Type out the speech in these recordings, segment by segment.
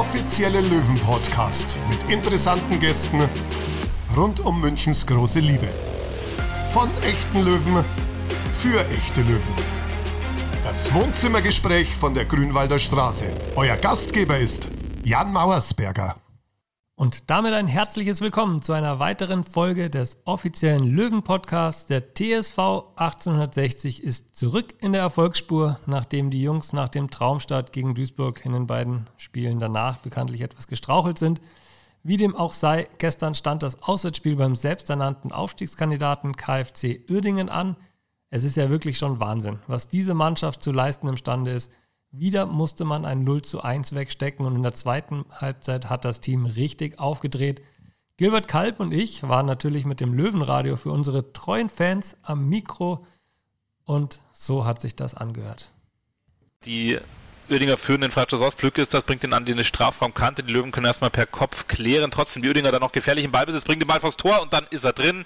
offizielle Löwen-Podcast mit interessanten Gästen rund um Münchens große Liebe. Von echten Löwen für echte Löwen. Das Wohnzimmergespräch von der Grünwalder Straße. Euer Gastgeber ist Jan Mauersberger. Und damit ein herzliches Willkommen zu einer weiteren Folge des offiziellen Löwen-Podcasts. Der TSV 1860 ist zurück in der Erfolgsspur, nachdem die Jungs nach dem Traumstart gegen Duisburg in den beiden Spielen danach bekanntlich etwas gestrauchelt sind. Wie dem auch sei, gestern stand das Auswärtsspiel beim selbsternannten Aufstiegskandidaten KFC Uerdingen an. Es ist ja wirklich schon Wahnsinn, was diese Mannschaft zu leisten imstande ist. Wieder musste man ein 0:1 wegstecken und in der zweiten Halbzeit hat das Team richtig aufgedreht. Gilbert Kalb und ich waren natürlich mit dem Löwenradio für unsere treuen Fans am Mikro und so hat sich das angehört. Die Uerdinger führen den Freistoß aus. Glück ist das, bringt den an die Strafraumkante. Die Löwen können erstmal per Kopf klären. Trotzdem die Uerdinger dann noch gefährlichen Ballbesitz, bringt den Ball vors Tor und dann ist er drin.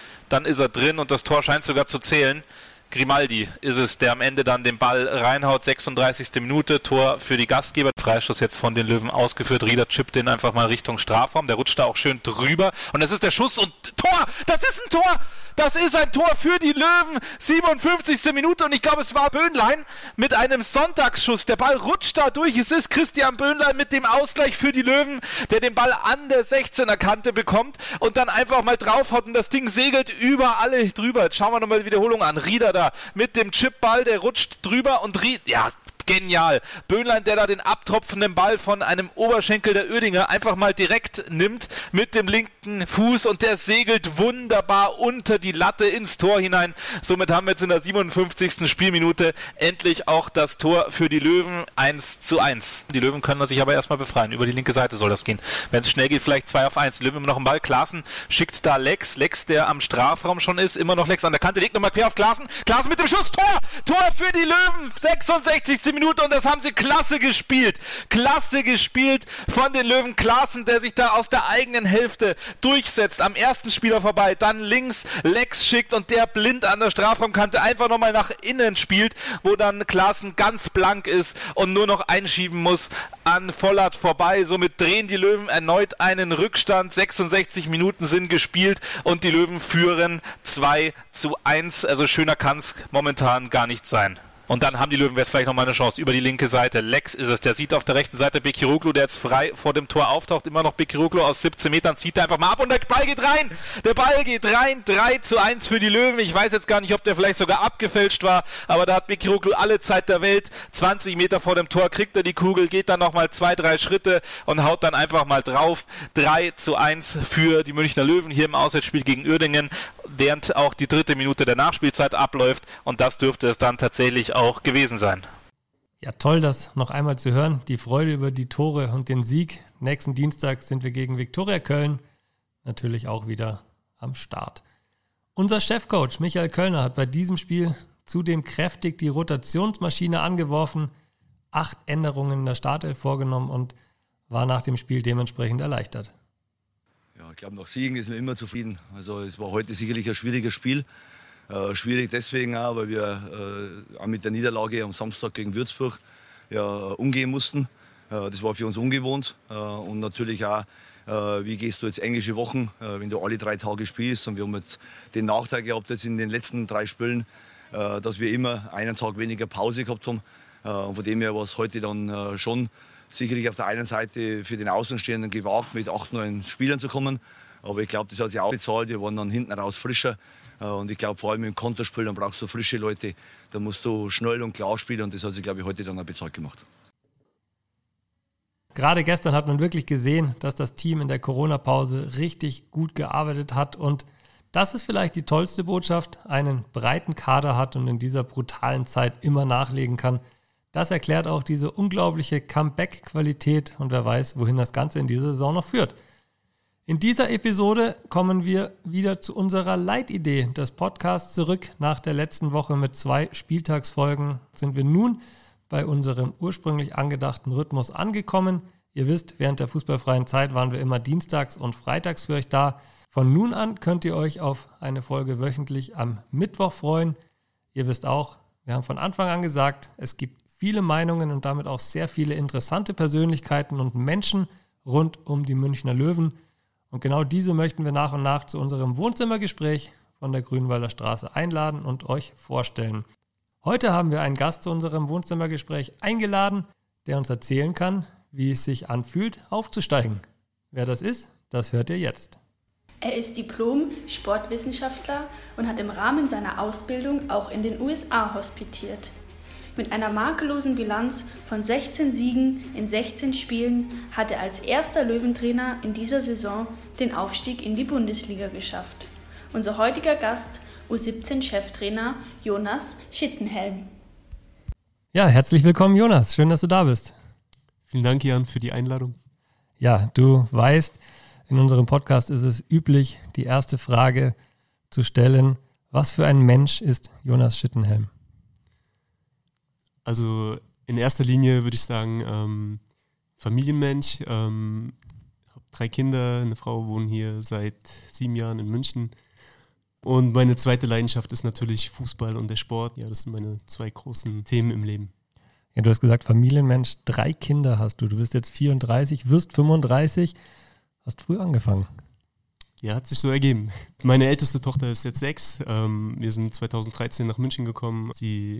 Und das Tor scheint sogar zu zählen. Grimaldi ist es, der am Ende dann den Ball reinhaut, 36. Minute, Tor für die Gastgeber. Freistoß jetzt von den Löwen ausgeführt, Rieder chippt den einfach mal Richtung Strafraum, der rutscht da auch schön drüber und das ist der Schuss und Tor, das ist ein Tor, das ist ein Tor für die Löwen, 57. Minute und ich glaube es war Böhnlein mit einem Sonntagsschuss, der Ball rutscht da durch, es ist Christian Böhnlein mit dem Ausgleich für die Löwen, der den Ball an der 16er Kante bekommt und dann einfach mal draufhaut und das Ding segelt über alle drüber. Jetzt schauen wir nochmal die Wiederholung an, Rieder da mit dem Chipball, der rutscht drüber und genial. Böhnlein, der da den abtropfenden Ball von einem Oberschenkel der Uerdinger einfach mal direkt nimmt mit dem linken Fuß und der segelt wunderbar unter die Latte ins Tor hinein. Somit haben wir jetzt in der 57. Spielminute endlich auch das Tor für die Löwen 1:1. Die Löwen können sich aber erstmal befreien. Über die linke Seite soll das gehen. Wenn es schnell geht, vielleicht 2:1. Die Löwen immer noch einen Ball. Klaassen schickt da Lex, der am Strafraum schon ist. Immer noch Lex an der Kante. Legt nochmal quer auf Klaassen. Klaassen mit dem Schuss. Tor für die Löwen. 66. Minute und das haben sie klasse gespielt von den Löwen. Klaassen, der sich da aus der eigenen Hälfte durchsetzt, am ersten Spieler vorbei, dann links Lex schickt und der blind an der Strafraumkante einfach nochmal nach innen spielt, wo dann Klaassen ganz blank ist und nur noch einschieben muss an Vollert vorbei. Somit drehen die Löwen erneut einen Rückstand. 66 Minuten sind gespielt und die Löwen führen 2:1. Also schöner kann es momentan gar nicht sein. Und dann haben die Löwen jetzt vielleicht nochmal eine Chance über die linke Seite. Lex ist es, der sieht auf der rechten Seite Bekiroglu, der jetzt frei vor dem Tor auftaucht. Immer noch Bekiroglu aus 17 Metern, zieht er einfach mal ab und der Ball geht rein. 3:1 für die Löwen. Ich weiß jetzt gar nicht, ob der vielleicht sogar abgefälscht war, aber da hat Bekiroglu alle Zeit der Welt. 20 Meter vor dem Tor kriegt er die Kugel, geht dann nochmal 2-3 Schritte und haut dann einfach mal drauf. 3:1 für die Münchner Löwen hier im Auswärtsspiel gegen Uerdingen, während auch die 3. Minute der Nachspielzeit abläuft und das dürfte es dann tatsächlich auch gewesen sein. Ja, toll, das noch einmal zu hören. Die Freude über die Tore und den Sieg. Nächsten Dienstag sind wir gegen Viktoria Köln natürlich auch wieder am Start. Unser Chefcoach Michael Kölner hat bei diesem Spiel zudem kräftig die Rotationsmaschine angeworfen, 8 Änderungen in der Startelf vorgenommen und war nach dem Spiel dementsprechend erleichtert. Ja, ich glaube, nach Siegen ist man immer zufrieden. Also es war heute sicherlich ein schwieriges Spiel. Schwierig deswegen auch, weil wir auch mit der Niederlage am Samstag gegen Würzburg umgehen mussten. Das war für uns ungewohnt. Und natürlich auch, wie gehst du jetzt englische Wochen, wenn du alle 3 Tage spielst. Und wir haben jetzt den Nachteil gehabt jetzt in den letzten 3 Spielen, dass wir immer einen Tag weniger Pause gehabt haben. Und von dem her war es heute dann schon sicherlich auf der einen Seite für den Außenstehenden gewagt, mit 8, 9 Spielern zu kommen. Aber ich glaube, das hat sich auch bezahlt. Wir waren dann hinten raus frischer. Und ich glaube, vor allem im Konterspiel, dann brauchst du frische Leute. Da musst du schnell und klar spielen. Und das hat sich, glaube ich, heute dann auch bezahlt gemacht. Gerade gestern hat man wirklich gesehen, dass das Team in der Corona-Pause richtig gut gearbeitet hat. Und das ist vielleicht die tollste Botschaft, einen breiten Kader hat und in dieser brutalen Zeit immer nachlegen kann. Das erklärt auch diese unglaubliche Comeback-Qualität und wer weiß, wohin das Ganze in dieser Saison noch führt. In dieser Episode kommen wir wieder zu unserer Leitidee des Podcasts zurück. Nach der letzten Woche mit 2 Spieltagsfolgen sind wir nun bei unserem ursprünglich angedachten Rhythmus angekommen. Ihr wisst, während der fußballfreien Zeit waren wir immer dienstags und freitags für euch da. Von nun an könnt ihr euch auf eine Folge wöchentlich am Mittwoch freuen. Ihr wisst auch, wir haben von Anfang an gesagt, es gibt viele Meinungen und damit auch sehr viele interessante Persönlichkeiten und Menschen rund um die Münchner Löwen. Und genau diese möchten wir nach und nach zu unserem Wohnzimmergespräch von der Grünwalder Straße einladen und euch vorstellen. Heute haben wir einen Gast zu unserem Wohnzimmergespräch eingeladen, der uns erzählen kann, wie es sich anfühlt, aufzusteigen. Wer das ist, das hört ihr jetzt. Er ist Diplom-Sportwissenschaftler und hat im Rahmen seiner Ausbildung auch in den USA hospitiert. Mit einer makellosen Bilanz von 16 Siegen in 16 Spielen hat er als erster Löwentrainer in dieser Saison den Aufstieg in die Bundesliga geschafft. Unser heutiger Gast, U17-Cheftrainer Jonas Schittenhelm. Ja, herzlich willkommen Jonas, schön, dass du da bist. Vielen Dank, Jan, für die Einladung. Ja, du weißt, in unserem Podcast ist es üblich, die erste Frage zu stellen: Was für ein Mensch ist Jonas Schittenhelm? Also in erster Linie würde ich sagen, Familienmensch. Habe 3 Kinder, eine Frau, wohne hier seit 7 Jahren in München. Und meine zweite Leidenschaft ist natürlich Fußball und der Sport. Ja, das sind meine 2 großen Themen im Leben. Ja, du hast gesagt, Familienmensch, 3 Kinder hast du. Du bist jetzt 34, wirst 35, hast früh angefangen. Ja, hat sich so ergeben. Meine älteste Tochter ist jetzt 6. Wir sind 2013 nach München gekommen.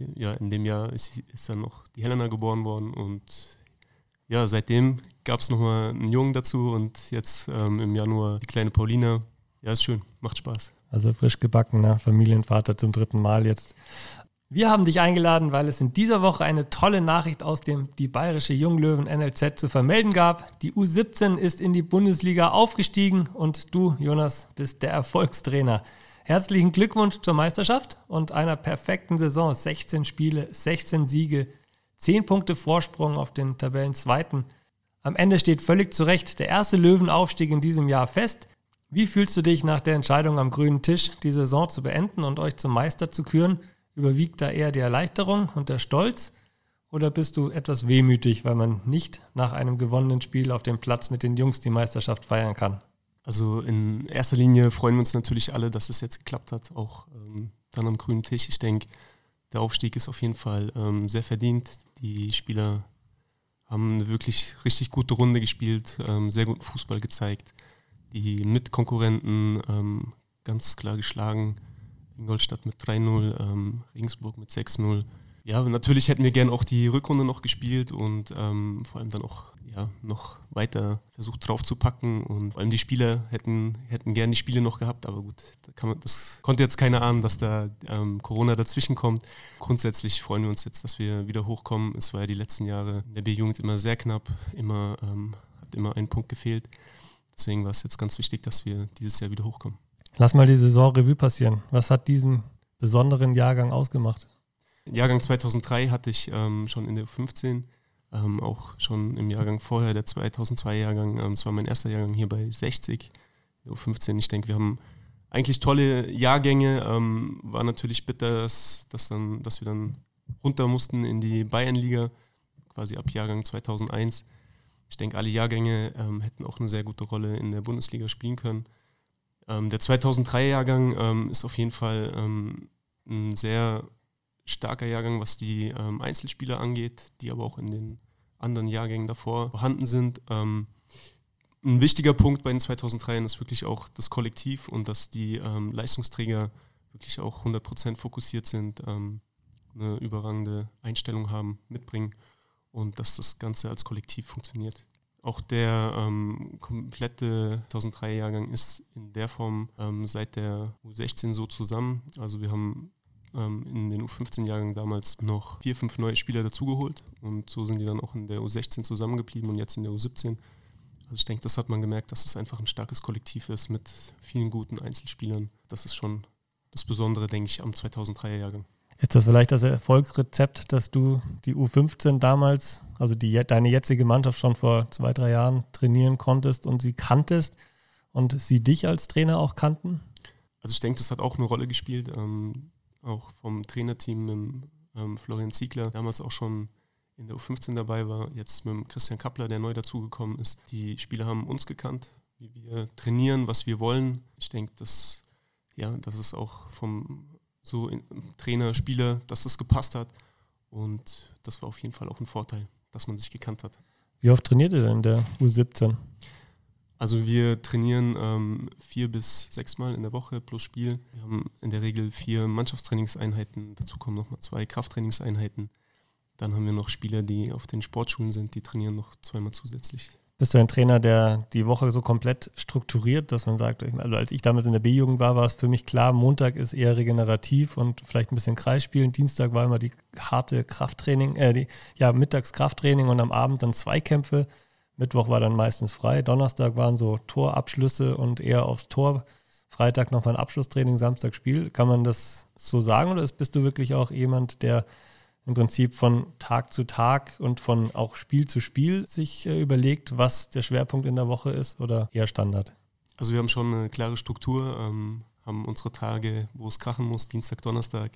In dem Jahr ist dann noch die Helena geboren worden. Und ja, seitdem gab es nochmal einen Jungen dazu und jetzt im Januar die kleine Paulina. Ja, ist schön, macht Spaß. Also frisch gebackener Familienvater zum 3. Mal jetzt. Wir haben dich eingeladen, weil es in dieser Woche eine tolle Nachricht aus dem Die Bayerische Junglöwen NLZ zu vermelden gab. Die U17 ist in die Bundesliga aufgestiegen und du, Jonas, bist der Erfolgstrainer. Herzlichen Glückwunsch zur Meisterschaft und einer perfekten Saison. 16 Spiele, 16 Siege, 10 Punkte Vorsprung auf den Tabellenzweiten. Am Ende steht völlig zu Recht der erste Löwenaufstieg in diesem Jahr fest. Wie fühlst du dich nach der Entscheidung am grünen Tisch, die Saison zu beenden und euch zum Meister zu küren? Überwiegt da eher die Erleichterung und der Stolz? Oder bist du etwas wehmütig, weil man nicht nach einem gewonnenen Spiel auf dem Platz mit den Jungs die Meisterschaft feiern kann? Also in erster Linie freuen wir uns natürlich alle, dass es jetzt geklappt hat, auch dann am grünen Tisch. Ich denke, der Aufstieg ist auf jeden Fall sehr verdient. Die Spieler haben eine wirklich richtig gute Runde gespielt, sehr guten Fußball gezeigt. Die Mitkonkurrenten ganz klar geschlagen. Ingolstadt mit 3-0, Regensburg mit 6-0. Ja, natürlich hätten wir gern auch die Rückrunde noch gespielt und vor allem dann auch noch weiter versucht drauf zu packen. Und vor allem die Spieler hätten gern die Spiele noch gehabt, aber gut, das konnte jetzt keiner ahnen, dass da Corona dazwischen kommt. Grundsätzlich freuen wir uns jetzt, dass wir wieder hochkommen. Es war ja die letzten Jahre in der B-Jugend immer sehr knapp, hat immer ein Punkt gefehlt. Deswegen war es jetzt ganz wichtig, dass wir dieses Jahr wieder hochkommen. Lass mal die Saison Revue passieren. Was hat diesen besonderen Jahrgang ausgemacht? Jahrgang 2003 hatte ich schon in der U15, auch schon im Jahrgang vorher, der 2002-Jahrgang. Es war mein erster Jahrgang hier bei 60, der U15. Ich denke, wir haben eigentlich tolle Jahrgänge. War natürlich bitter, dass wir dann runter mussten in die Bayernliga, quasi ab Jahrgang 2001. Ich denke, alle Jahrgänge hätten auch eine sehr gute Rolle in der Bundesliga spielen können. Der 2003-Jahrgang ist auf jeden Fall ein sehr starker Jahrgang, was die Einzelspieler angeht, die aber auch in den anderen Jahrgängen davor vorhanden sind. Ein wichtiger Punkt bei den 2003ern ist wirklich auch das Kollektiv und dass die Leistungsträger wirklich auch 100% fokussiert sind, eine überragende Einstellung haben, mitbringen. Und dass das Ganze als Kollektiv funktioniert. Auch der komplette 2003-Jahrgang ist in der Form seit der U16 so zusammen. Also wir haben in den U15-Jahrgang damals noch 4, 5 neue Spieler dazugeholt und so sind die dann auch in der U16 zusammengeblieben und jetzt in der U17. Also ich denke, das hat man gemerkt, dass es einfach ein starkes Kollektiv ist mit vielen guten Einzelspielern. Das ist schon das Besondere, denke ich, am 2003er-Jahrgang. Ist das vielleicht das Erfolgsrezept, dass du die U15 damals, also deine jetzige Mannschaft schon vor 2-3 Jahren trainieren konntest und sie kanntest und sie dich als Trainer auch kannten? Also ich denke, das hat auch eine Rolle gespielt, auch vom Trainerteam mit Florian Ziegler, damals auch schon in der U15 dabei war, jetzt mit Christian Kappler, der neu dazugekommen ist. Die Spieler haben uns gekannt, wie wir trainieren, was wir wollen. Ich denke, dass es auch vom Trainer, Spieler, dass das gepasst hat. Und das war auf jeden Fall auch ein Vorteil, dass man sich gekannt hat. Wie oft trainiert ihr denn in der U17? Also wir trainieren 4 bis 6 Mal in der Woche plus Spiel. Wir haben in der Regel 4 Mannschaftstrainingseinheiten, dazu kommen nochmal 2 Krafttrainingseinheiten. Dann haben wir noch Spieler, die auf den Sportschulen sind, die trainieren noch 2-mal zusätzlich. Bist du ein Trainer, der die Woche so komplett strukturiert, dass man sagt, also als ich damals in der B-Jugend war es für mich klar, Montag ist eher regenerativ und vielleicht ein bisschen Kreisspielen. Dienstag war immer die harte Krafttraining, mittags Krafttraining und am Abend dann Zweikämpfe. Mittwoch war dann meistens frei. Donnerstag waren so Torabschlüsse und eher aufs Tor. Freitag nochmal ein Abschlusstraining, Samstag Spiel. Kann man das so sagen oder bist du wirklich auch jemand, der im Prinzip von Tag zu Tag und von auch Spiel zu Spiel sich überlegt, was der Schwerpunkt in der Woche ist oder eher Standard? Also wir haben schon eine klare Struktur, haben unsere Tage, wo es krachen muss, Dienstag, Donnerstag.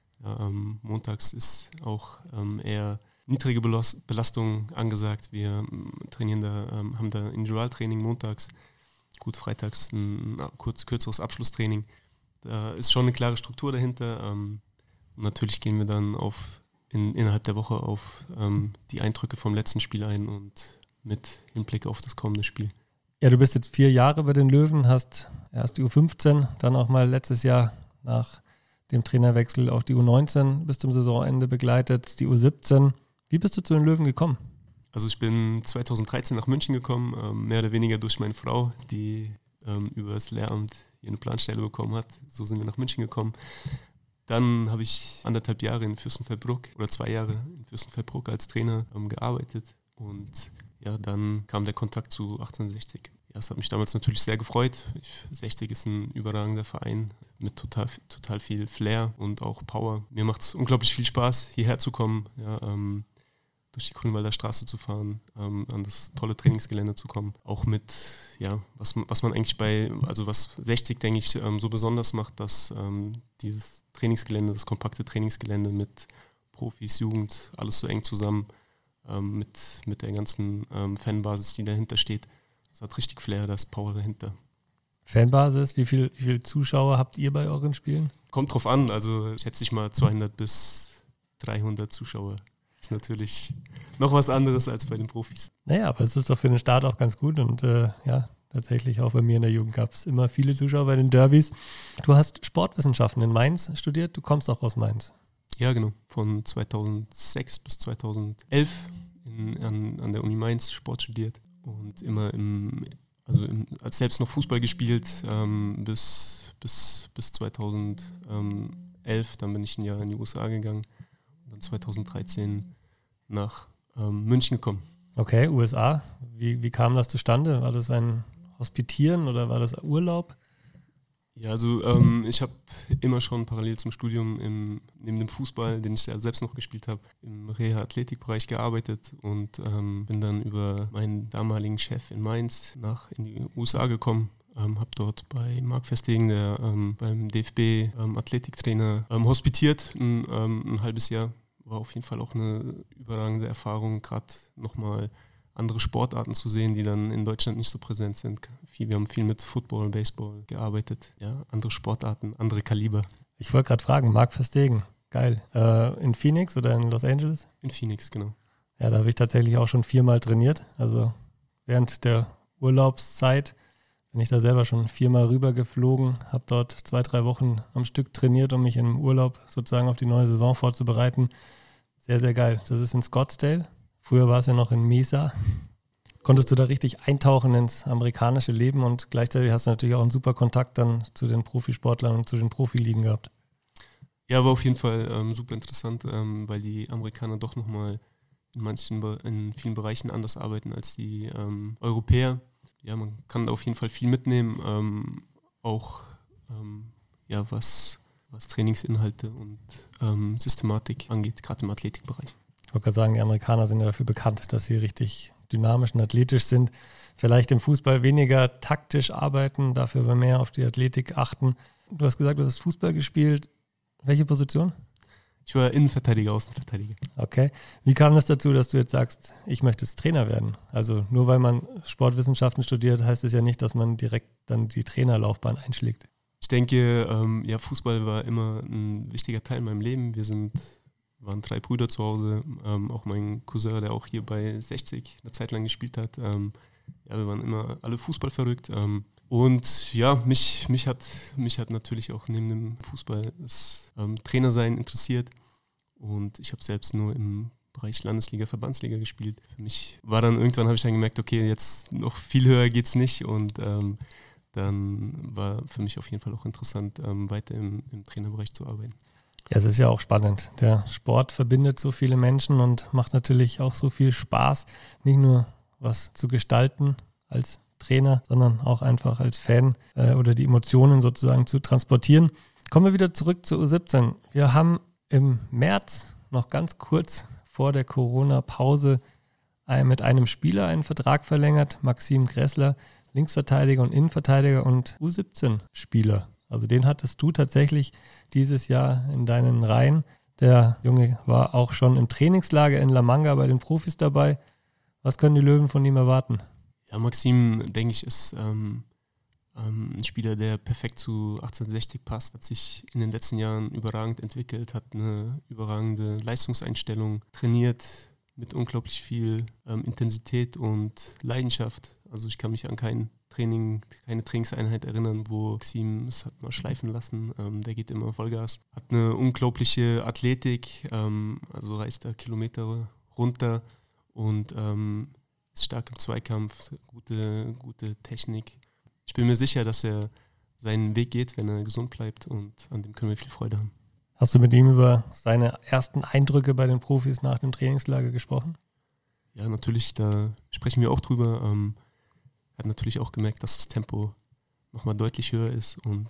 Montags ist auch eher niedrige Belastung angesagt. Wir trainieren haben da Individualtraining montags, gut freitags ein kürzeres Abschlusstraining. Da ist schon eine klare Struktur dahinter. Und natürlich gehen wir dann innerhalb der Woche auf die Eindrücke vom letzten Spiel ein und mit Hinblick auf das kommende Spiel. Ja, du bist jetzt 4 Jahre bei den Löwen, hast erst die U15, dann auch mal letztes Jahr nach dem Trainerwechsel auch die U19 bis zum Saisonende begleitet, die U17. Wie bist du zu den Löwen gekommen? Also ich bin 2013 nach München gekommen, mehr oder weniger durch meine Frau, die über das Lehramt hier eine Planstelle bekommen hat. So sind wir nach München gekommen. Dann habe ich 1,5 Jahre in Fürstenfeldbruck oder 2 Jahre in Fürstenfeldbruck als Trainer gearbeitet und ja, dann kam der Kontakt zu 1860. Ja, das hat mich damals natürlich sehr gefreut. 60 ist ein überragender Verein mit total viel Flair und auch Power. Mir macht es unglaublich viel Spaß, hierher zu kommen, ja, durch die Grünwalder Straße zu fahren, an das tolle Trainingsgelände zu kommen. Auch mit, ja, was man eigentlich was 60, denke ich, so besonders macht, dass dieses Trainingsgelände, das kompakte Trainingsgelände mit Profis, Jugend, alles so eng zusammen, mit der ganzen Fanbasis, die dahinter steht. Das hat richtig Flair, da ist Power dahinter. Fanbasis, wie viel Zuschauer habt ihr bei euren Spielen? Kommt drauf an, also schätze ich mal 200 bis 300 Zuschauer. Ist natürlich noch was anderes als bei den Profis. Naja, aber es ist doch für den Start auch ganz gut und tatsächlich auch bei mir in der Jugend gab es immer viele Zuschauer bei den Derbys. Du hast Sportwissenschaften in Mainz studiert, du kommst auch aus Mainz. Ja, genau. Von 2006 bis 2011 an der Uni Mainz Sport studiert und immer als selbst noch Fußball gespielt bis 2011. Dann bin ich ein Jahr in die USA gegangen und dann 2013 nach München gekommen. Okay, USA. Wie kam das zustande? War das ein Hospitieren oder war das Urlaub? Ja, also ich habe immer schon parallel zum Studium neben dem Fußball, den ich ja selbst noch gespielt habe, im Reha-Athletikbereich gearbeitet und bin dann über meinen damaligen Chef in Mainz in die USA gekommen. Habe dort bei Marc Verstegen, der beim DFB Athletiktrainer, hospitiert, ein halbes Jahr. War auf jeden Fall auch eine überragende Erfahrung, gerade nochmal andere Sportarten zu sehen, die dann in Deutschland nicht so präsent sind. Wir haben viel mit Football, Baseball gearbeitet. Ja, andere Sportarten, andere Kaliber. Ich wollte gerade fragen, Marc Verstegen, geil. In Phoenix oder in Los Angeles? In Phoenix, genau. Ja, da habe ich tatsächlich auch schon 4-mal trainiert. Also während der Urlaubszeit bin ich da selber schon 4-mal rüber geflogen, habe dort 2-3 Wochen am Stück trainiert, um mich im Urlaub sozusagen auf die neue Saison vorzubereiten. Sehr, sehr geil. Das ist in Scottsdale. Früher war es ja noch in Mesa. Konntest du da richtig eintauchen ins amerikanische Leben und gleichzeitig hast du natürlich auch einen super Kontakt dann zu den Profisportlern und zu den Profiligen gehabt. Ja, war auf jeden Fall super interessant, weil die Amerikaner doch nochmal in vielen Bereichen anders arbeiten als die Europäer. Ja, man kann da auf jeden Fall viel mitnehmen, auch was Trainingsinhalte und Systematik angeht, gerade im Athletikbereich. Ich wollte gerade sagen, die Amerikaner sind ja dafür bekannt, dass sie richtig dynamisch und athletisch sind. Vielleicht im Fußball weniger taktisch arbeiten, dafür aber mehr auf die Athletik achten. Du hast gesagt, du hast Fußball gespielt. Welche Position? Ich war Innenverteidiger, Außenverteidiger. Okay. Wie kam es dazu, dass du jetzt sagst, ich möchte jetzt Trainer werden? Also nur weil man Sportwissenschaften studiert, heißt es ja nicht, dass man direkt dann die Trainerlaufbahn einschlägt. Ich denke, Fußball war immer ein wichtiger Teil in meinem Leben. Wir waren 3 Brüder zu Hause, auch mein Cousin, der auch hier bei 60 eine Zeit lang gespielt hat. Ja, wir waren immer alle Fußball verrückt. Und ja, mich hat natürlich auch neben dem Fußball das Trainersein interessiert. Und ich habe selbst nur im Bereich Landesliga, Verbandsliga gespielt. Für mich war dann irgendwann, habe ich dann gemerkt, okay, jetzt noch viel höher geht's nicht. Und dann war für mich auf jeden Fall auch interessant, weiter im Trainerbereich zu arbeiten. Ja, es ist ja auch spannend. Der Sport verbindet so viele Menschen und macht natürlich auch so viel Spaß, nicht nur was zu gestalten als Trainer, sondern auch einfach als Fan oder die Emotionen sozusagen zu transportieren. Kommen wir wieder zurück zur U17. Wir haben im März noch ganz kurz vor der Corona-Pause mit einem Spieler einen Vertrag verlängert, Maxim Gressler, Linksverteidiger und Innenverteidiger und U17-Spieler. Also den hattest du tatsächlich dieses Jahr in deinen Reihen. Der Junge war auch schon im Trainingslager in La Manga bei den Profis dabei. Was können die Löwen von ihm erwarten? Ja, Maxim, denke ich, ist ein Spieler, der perfekt zu 1860 passt, hat sich in den letzten Jahren überragend entwickelt, hat eine überragende Leistungseinstellung, trainiert mit unglaublich viel Intensität und Leidenschaft. Also ich kann mich an keine Trainingseinheit erinnern, wo Maxim es hat mal schleifen lassen. Der geht immer Vollgas. Hat eine unglaubliche Athletik, also reißt er Kilometer runter und ist stark im Zweikampf, gute Technik. Ich bin mir sicher, dass er seinen Weg geht, wenn er gesund bleibt, und an dem können wir viel Freude haben. Hast du mit ihm über seine ersten Eindrücke bei den Profis nach dem Trainingslager gesprochen? Ja, natürlich, da sprechen wir auch drüber. Er hat natürlich auch gemerkt, dass das Tempo nochmal deutlich höher ist, und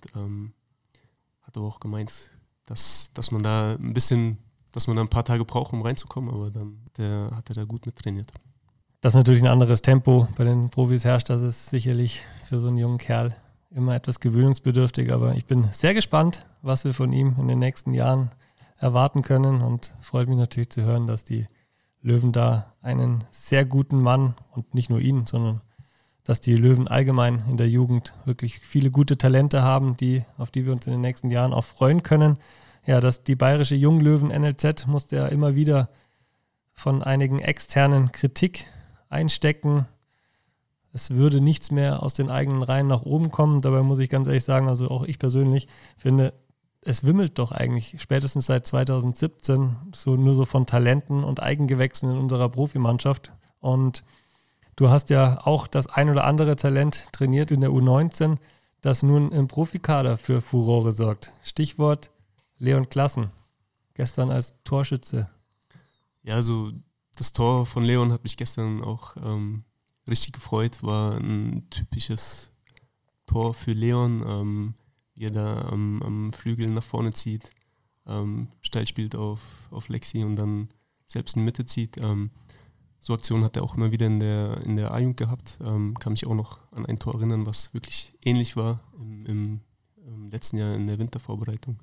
hat aber auch gemeint, dass man da ein paar Tage braucht, um reinzukommen, aber dann hat er da gut mit trainiert. Dass natürlich ein anderes Tempo bei den Profis herrscht, das ist sicherlich für so einen jungen Kerl immer etwas gewöhnungsbedürftig, aber ich bin sehr gespannt, was wir von ihm in den nächsten Jahren erwarten können, und freut mich natürlich zu hören, dass die Löwen da einen sehr guten Mann, und nicht nur ihn, sondern dass die Löwen allgemein in der Jugend wirklich viele gute Talente haben, auf die wir uns in den nächsten Jahren auch freuen können. Ja, dass die bayerische Junglöwen NLZ musste ja immer wieder von einigen externen Kritik einstecken. Es würde nichts mehr aus den eigenen Reihen nach oben kommen. Dabei muss ich ganz ehrlich sagen, also auch ich persönlich finde, es wimmelt doch eigentlich spätestens seit 2017 nur so von Talenten und Eigengewächsen in unserer Profimannschaft. Und du hast ja auch das ein oder andere Talent trainiert in der U19, das nun im Profikader für Furore sorgt. Stichwort Leon Klassen, gestern als Torschütze. Ja, also das Tor von Leon hat mich gestern auch richtig gefreut. War ein typisches Tor für Leon, wie er da am Flügel nach vorne zieht, steil spielt auf Lexi und dann selbst in die Mitte zieht. So Aktionen hat er auch immer wieder in der A-Jugend gehabt. Kann mich auch noch an ein Tor erinnern, was wirklich ähnlich war im letzten Jahr in der Wintervorbereitung.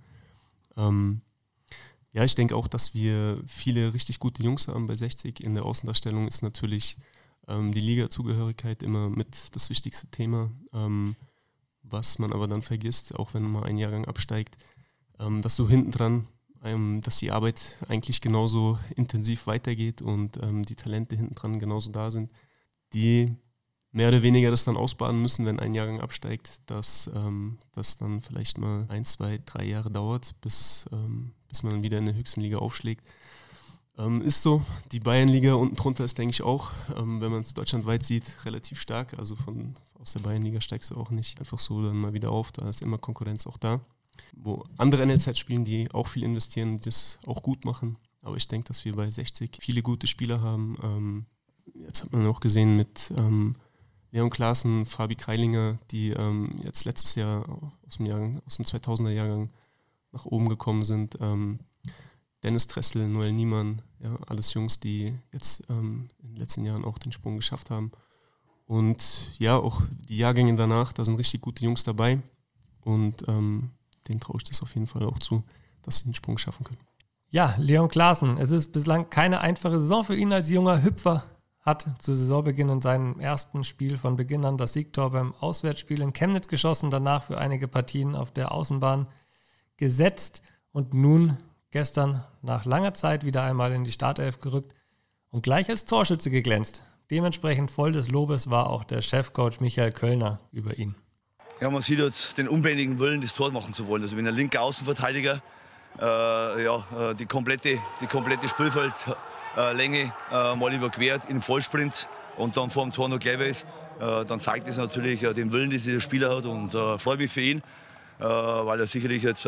Ja, ich denke auch, dass wir viele richtig gute Jungs haben bei 60. In der Außendarstellung ist natürlich die Liga-Zugehörigkeit immer mit das wichtigste Thema, was man aber dann vergisst, auch wenn mal ein Jahrgang absteigt, dass du hinten dran, dass die Arbeit eigentlich genauso intensiv weitergeht und die Talente hinten dran genauso da sind, die mehr oder weniger das dann ausbaden müssen, wenn ein Jahrgang absteigt, dass das dann vielleicht mal 1, 2, 3 Jahre dauert, bis man wieder in der höchsten Liga aufschlägt. Ist so. Die Bayernliga unten drunter ist, denke ich, auch, wenn man es deutschlandweit sieht, relativ stark. Also aus der Bayernliga steigst du auch nicht einfach so dann mal wieder auf. Da ist immer Konkurrenz auch da. Wo andere NLZ spielen, die auch viel investieren, die das auch gut machen. Aber ich denke, dass wir bei 60 viele gute Spieler haben. Jetzt hat man auch gesehen mit Leon Klaassen, Fabi Kreilinger, die jetzt letztes Jahr aus dem 2000er Jahrgang nach oben gekommen sind. Dennis Dressel, Noel Niemann, ja, alles Jungs, die jetzt in den letzten Jahren auch den Sprung geschafft haben. Und ja, auch die Jahrgänge danach, da sind richtig gute Jungs dabei. Und denen traue ich das auf jeden Fall auch zu, dass sie den Sprung schaffen können. Ja, Leon Klaassen, es ist bislang keine einfache Saison für ihn als junger Hüpfer. Hat zu Saisonbeginn in seinem ersten Spiel von Beginn an das Siegtor beim Auswärtsspiel in Chemnitz geschossen, danach für einige Partien auf der Außenbahn gesetzt. Und nun gestern nach langer Zeit wieder einmal in die Startelf gerückt und gleich als Torschütze geglänzt. Dementsprechend voll des Lobes war auch der Chefcoach Michael Kölner über ihn. Ja, man sieht halt den unbändigen Willen, das Tor machen zu wollen. Also wenn ein linker Außenverteidiger die komplette Spielfeldlänge mal überquert in Vollsprint und dann vor dem Tor noch clever ist, dann zeigt es natürlich den Willen, den dieser Spieler hat, und freue mich für ihn, weil er sicherlich jetzt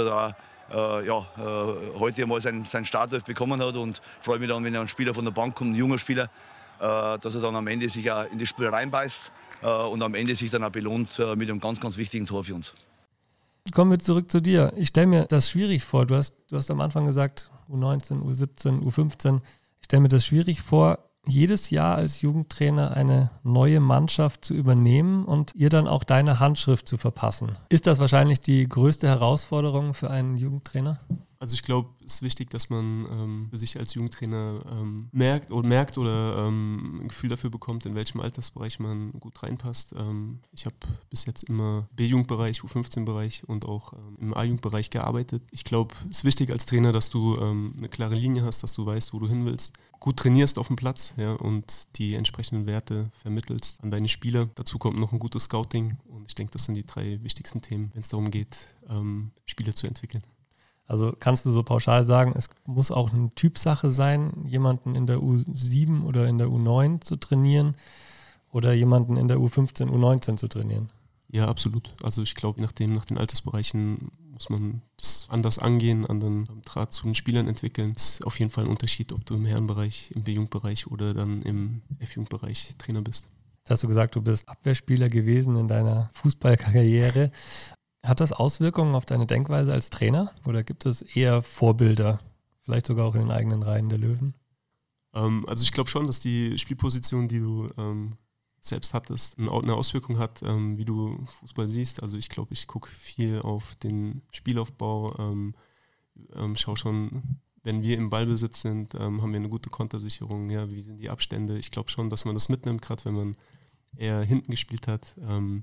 heute mal seinen Startelf bekommen hat, und freue mich dann, wenn ein Spieler von der Bank kommt, ein junger Spieler, dass er dann am Ende sich auch in das Spiel reinbeißt und am Ende sich dann auch belohnt mit einem ganz, ganz wichtigen Tor für uns. Kommen wir zurück zu dir. Ich stelle mir das schwierig vor. Du hast am Anfang gesagt, U19, U17, U15. Ich stelle mir das schwierig vor, jedes Jahr als Jugendtrainer eine neue Mannschaft zu übernehmen und ihr dann auch deine Handschrift zu verpassen. Ist das wahrscheinlich die größte Herausforderung für einen Jugendtrainer? Also ich glaube, es ist wichtig, dass man für sich als Jugendtrainer merkt oder ein Gefühl dafür bekommt, in welchem Altersbereich man gut reinpasst. Ich habe bis jetzt immer B-Jugendbereich, U15-Bereich und auch im A-Jugendbereich gearbeitet. Ich glaube, es ist wichtig als Trainer, dass du eine klare Linie hast, dass du weißt, wo du hin willst. Gut trainierst auf dem Platz, ja, und die entsprechenden Werte vermittelst an deine Spieler. Dazu kommt noch ein gutes Scouting, und ich denke, das sind die 3 wichtigsten Themen, wenn es darum geht, Spieler zu entwickeln. Also kannst du so pauschal sagen, es muss auch eine Typsache sein, jemanden in der U7 oder in der U9 zu trainieren oder jemanden in der U15, U19 zu trainieren? Ja, absolut. Also ich glaube, nach den Altersbereichen muss man das anders angehen, anderen Draht zu den Spielern entwickeln. Es ist auf jeden Fall ein Unterschied, ob du im Herrenbereich, im B-Jugendbereich oder dann im F-Jugendbereich Trainer bist. Jetzt hast du gesagt, du bist Abwehrspieler gewesen in deiner Fußballkarriere. Hat das Auswirkungen auf deine Denkweise als Trainer oder gibt es eher Vorbilder, vielleicht sogar auch in den eigenen Reihen der Löwen? Also ich glaube schon, dass die Spielposition, die du selbst hattest, eine Auswirkung hat, wie du Fußball siehst. Also ich glaube, ich gucke viel auf den Spielaufbau, schaue schon, wenn wir im Ballbesitz sind, haben wir eine gute Kontersicherung, ja, wie sind die Abstände. Ich glaube schon, dass man das mitnimmt, gerade wenn man eher hinten gespielt hat.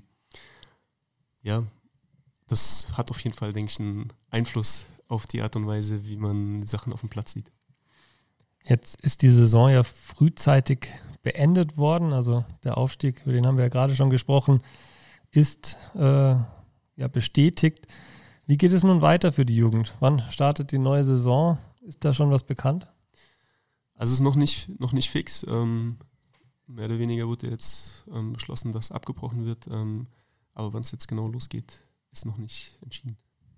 Das hat auf jeden Fall, denke ich, einen Einfluss auf die Art und Weise, wie man Sachen auf dem Platz sieht. Jetzt ist die Saison ja frühzeitig beendet worden, also der Aufstieg, über den haben wir ja gerade schon gesprochen, ist bestätigt. Wie geht es nun weiter für die Jugend? Wann startet die neue Saison? Ist da schon was bekannt? Also es ist noch nicht fix. Mehr oder weniger wurde jetzt beschlossen, dass abgebrochen wird. Aber wann es jetzt genau losgeht, ist noch nicht entschieden.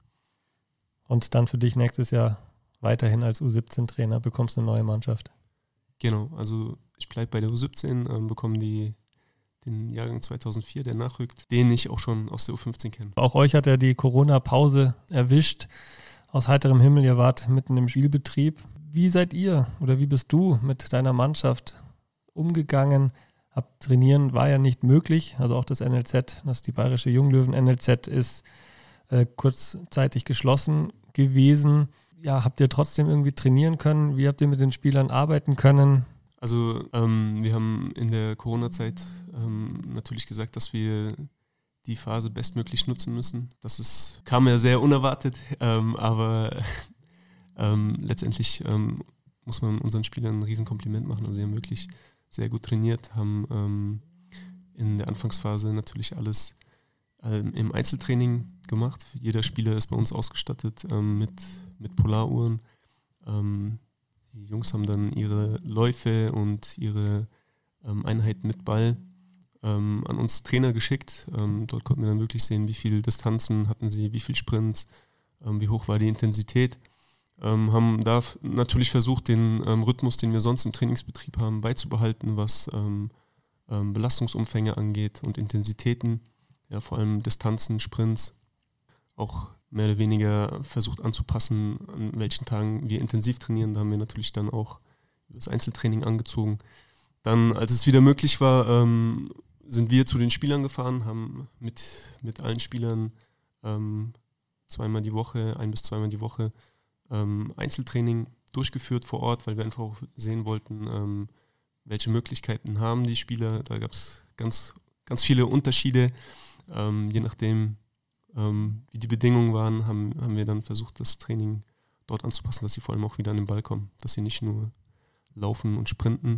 Und dann für dich nächstes Jahr weiterhin als U17-Trainer, bekommst eine neue Mannschaft? Genau, also ich bleibe bei der U17, bekomme den Jahrgang 2004, der nachrückt, den ich auch schon aus der U15 kenne. Auch euch hat ja die Corona-Pause erwischt. Aus heiterem Himmel, ihr wart mitten im Spielbetrieb. Wie seid ihr oder wie bist du mit deiner Mannschaft umgegangen? Trainieren war ja nicht möglich, also auch das NLZ, die Bayerische Junglöwen-NLZ ist kurzzeitig geschlossen gewesen. Ja, habt ihr trotzdem irgendwie trainieren können? Wie habt ihr mit den Spielern arbeiten können? Also wir haben in der Corona-Zeit natürlich gesagt, dass wir die Phase bestmöglich nutzen müssen. Kam ja sehr unerwartet, aber letztendlich muss man unseren Spielern ein Riesenkompliment machen. Also sie haben wirklich sehr gut trainiert, haben in der Anfangsphase natürlich alles im Einzeltraining gemacht. Jeder Spieler ist bei uns ausgestattet mit Polaruhren. Die Jungs haben dann ihre Läufe und ihre Einheiten mit Ball an uns Trainer geschickt. Dort konnten wir dann wirklich sehen, wie viele Distanzen hatten sie, wie viele Sprints, wie hoch war die Intensität. Haben da natürlich versucht, den Rhythmus, den wir sonst im Trainingsbetrieb haben, beizubehalten, was Belastungsumfänge angeht und Intensitäten, ja, vor allem Distanzen, Sprints, auch mehr oder weniger versucht anzupassen, an welchen Tagen wir intensiv trainieren. Da haben wir natürlich dann auch das Einzeltraining angezogen. Dann, als es wieder möglich war, sind wir zu den Spielern gefahren, haben mit allen Spielern ein- bis zweimal die Woche Einzeltraining durchgeführt vor Ort, weil wir einfach auch sehen wollten, welche Möglichkeiten haben die Spieler. Da gab es ganz, ganz viele Unterschiede. Je nachdem, wie die Bedingungen waren, haben wir dann versucht, das Training dort anzupassen, dass sie vor allem auch wieder an den Ball kommen, dass sie nicht nur laufen und sprinten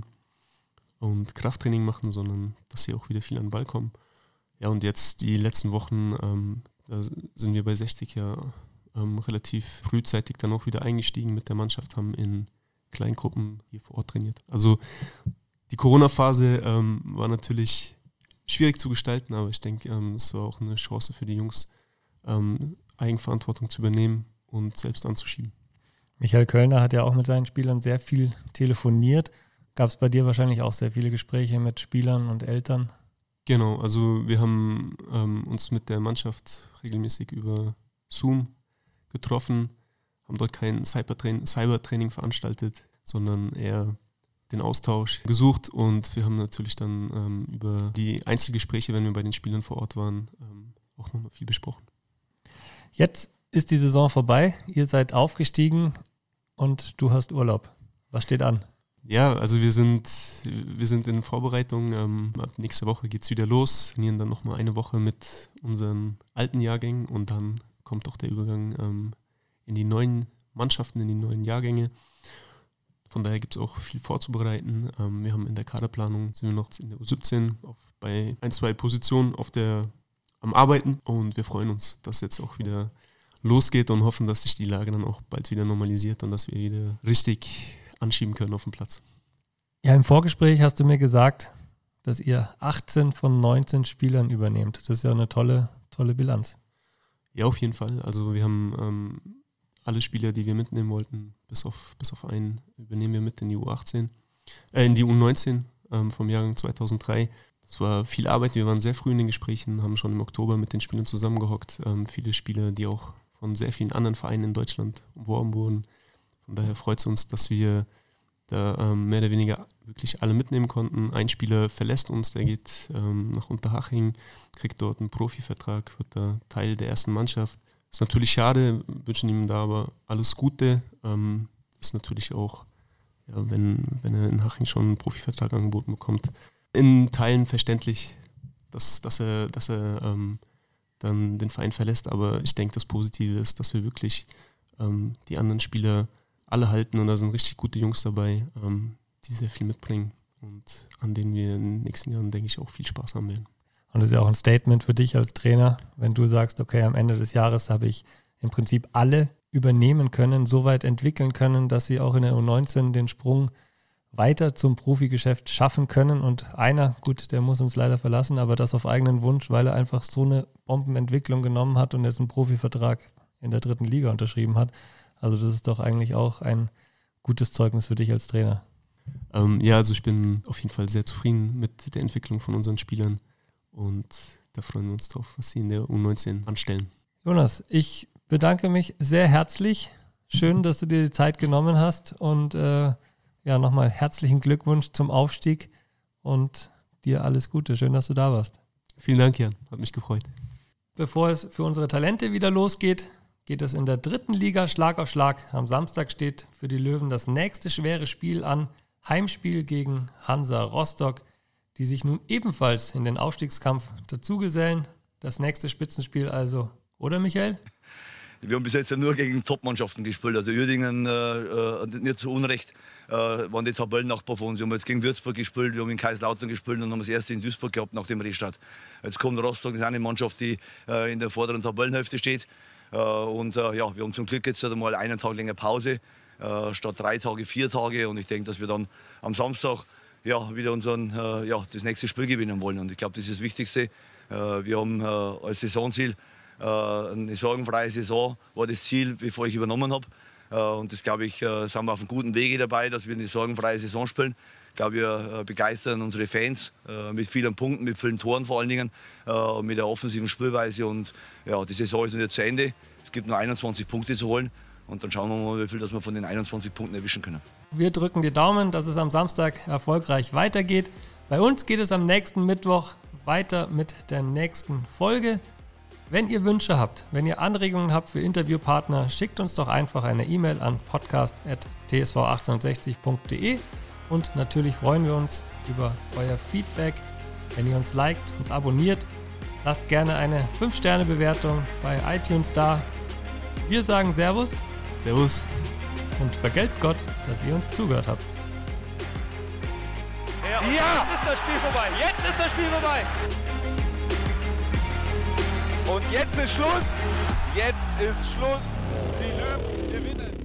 und Krafttraining machen, sondern dass sie auch wieder viel an den Ball kommen. Ja, und jetzt die letzten Wochen, da sind wir bei 60 ja relativ frühzeitig dann auch wieder eingestiegen mit der Mannschaft, haben in Kleingruppen hier vor Ort trainiert. Also die Corona-Phase war natürlich schwierig zu gestalten, aber ich denke, es war auch eine Chance für die Jungs, Eigenverantwortung zu übernehmen und selbst anzuschieben. Michael Köllner hat ja auch mit seinen Spielern sehr viel telefoniert. Gab es bei dir wahrscheinlich auch sehr viele Gespräche mit Spielern und Eltern? Genau, also wir haben uns mit der Mannschaft regelmäßig über Zoom getroffen, haben dort kein Cybertraining veranstaltet, sondern eher den Austausch gesucht, und wir haben natürlich dann über die Einzelgespräche, wenn wir bei den Spielern vor Ort waren, auch nochmal viel besprochen. Jetzt ist die Saison vorbei, ihr seid aufgestiegen und du hast Urlaub. Was steht an? Ja, also wir sind in Vorbereitung. Ab nächster Woche geht es wieder los. Trainieren dann nochmal eine Woche mit unseren alten Jahrgängen, und dann kommt auch der Übergang in die neuen Mannschaften, in die neuen Jahrgänge. Von daher gibt es auch viel vorzubereiten. Wir haben in der Kaderplanung, sind wir noch in der U17 bei 1-2 Positionen am Arbeiten, und wir freuen uns, dass jetzt auch wieder losgeht und hoffen, dass sich die Lage dann auch bald wieder normalisiert und dass wir wieder richtig anschieben können auf dem Platz. Ja, im Vorgespräch hast du mir gesagt, dass ihr 18 von 19 Spielern übernehmt. Das ist ja eine tolle Bilanz. Ja, auf jeden Fall. Also wir haben alle Spieler, die wir mitnehmen wollten, bis auf einen, übernehmen wir mit in die U18, in die U19 vom Jahrgang 2003. Das war viel Arbeit, wir waren sehr früh in den Gesprächen, haben schon im Oktober mit den Spielern zusammengehockt. Viele Spieler, die auch von sehr vielen anderen Vereinen in Deutschland umworben wurden. Von daher freut es uns, dass wir da mehr oder weniger wirklich alle mitnehmen konnten. Ein Spieler verlässt uns, der geht nach Unterhaching, kriegt dort einen Profivertrag, wird da Teil der ersten Mannschaft. Ist natürlich schade, wünschen ihm da aber alles Gute. Ist natürlich auch, ja, wenn er in Haching schon einen Profivertrag angeboten bekommt, in Teilen verständlich, dass er dann den Verein verlässt. Aber ich denke, das Positive ist, dass wir wirklich die anderen Spieler alle halten, und da sind richtig gute Jungs dabei, die sehr viel mitbringen und an denen wir in den nächsten Jahren, denke ich, auch viel Spaß haben werden. Und das ist ja auch ein Statement für dich als Trainer, wenn du sagst, okay, am Ende des Jahres habe ich im Prinzip alle übernehmen können, so weit entwickeln können, dass sie auch in der U19 den Sprung weiter zum Profigeschäft schaffen können. Und einer, gut, der muss uns leider verlassen, aber das auf eigenen Wunsch, weil er einfach so eine Bombenentwicklung genommen hat und jetzt einen Profivertrag in der 3. Liga unterschrieben hat. Also das ist doch eigentlich auch ein gutes Zeugnis für dich als Trainer. Ja, also ich bin auf jeden Fall sehr zufrieden mit der Entwicklung von unseren Spielern, und da freuen wir uns drauf, was sie in der U19 anstellen. Jonas, ich bedanke mich sehr herzlich. Schön, dass du dir die Zeit genommen hast, und ja, nochmal herzlichen Glückwunsch zum Aufstieg und dir alles Gute. Schön, dass du da warst. Vielen Dank, Jan. Hat mich gefreut. Bevor es für unsere Talente wieder losgeht, geht es in der 3. Liga Schlag auf Schlag. Am Samstag steht für die Löwen das nächste schwere Spiel an. Heimspiel gegen Hansa Rostock, die sich nun ebenfalls in den Aufstiegskampf dazugesellen. Das nächste Spitzenspiel also, oder Michael? Wir haben bis jetzt ja nur gegen Top-Mannschaften gespielt. Also Uerdingen, nicht zu Unrecht, waren die Tabellennachbar von uns. Wir haben jetzt gegen Würzburg gespielt, wir haben in Kaiserslautern gespielt und haben das erste in Duisburg gehabt nach dem Restart. Jetzt kommt Rostock, das ist eine Mannschaft, die in der vorderen Tabellenhälfte steht. Und ja, wir haben zum Glück jetzt einmal einen Tag länger Pause, statt 3 Tage, 4 Tage. Und ich denke, dass wir dann am Samstag ja, wieder das nächste Spiel gewinnen wollen. Und ich glaube, das ist das Wichtigste. Wir haben als Saisonziel eine sorgenfreie Saison, war das Ziel, bevor ich übernommen habe. Und das, glaube ich, sind wir auf einem guten Wege dabei, dass wir eine sorgenfreie Saison spielen. Ich glaube, wir begeistern unsere Fans mit vielen Punkten, mit vielen Toren vor allen Dingen, mit der offensiven Spielweise. Und ja, die Saison ist noch nicht zu Ende. Es gibt nur 21 Punkte zu holen. Und dann schauen wir mal, wie viel dass wir von den 21 Punkten erwischen können. Wir drücken die Daumen, dass es am Samstag erfolgreich weitergeht. Bei uns geht es am nächsten Mittwoch weiter mit der nächsten Folge. Wenn ihr Wünsche habt, wenn ihr Anregungen habt für Interviewpartner, schickt uns doch einfach eine E-Mail an podcast@tsv1860.de, und natürlich freuen wir uns über euer Feedback, wenn ihr uns liked, uns abonniert. Lasst gerne eine 5-Sterne-Bewertung bei iTunes da. Wir sagen Servus. Servus. Und vergelt's Gott, dass ihr uns zugehört habt. Ja, jetzt ist das Spiel vorbei. Jetzt ist das Spiel vorbei. Und jetzt ist Schluss. Jetzt ist Schluss. Die Löwen gewinnen.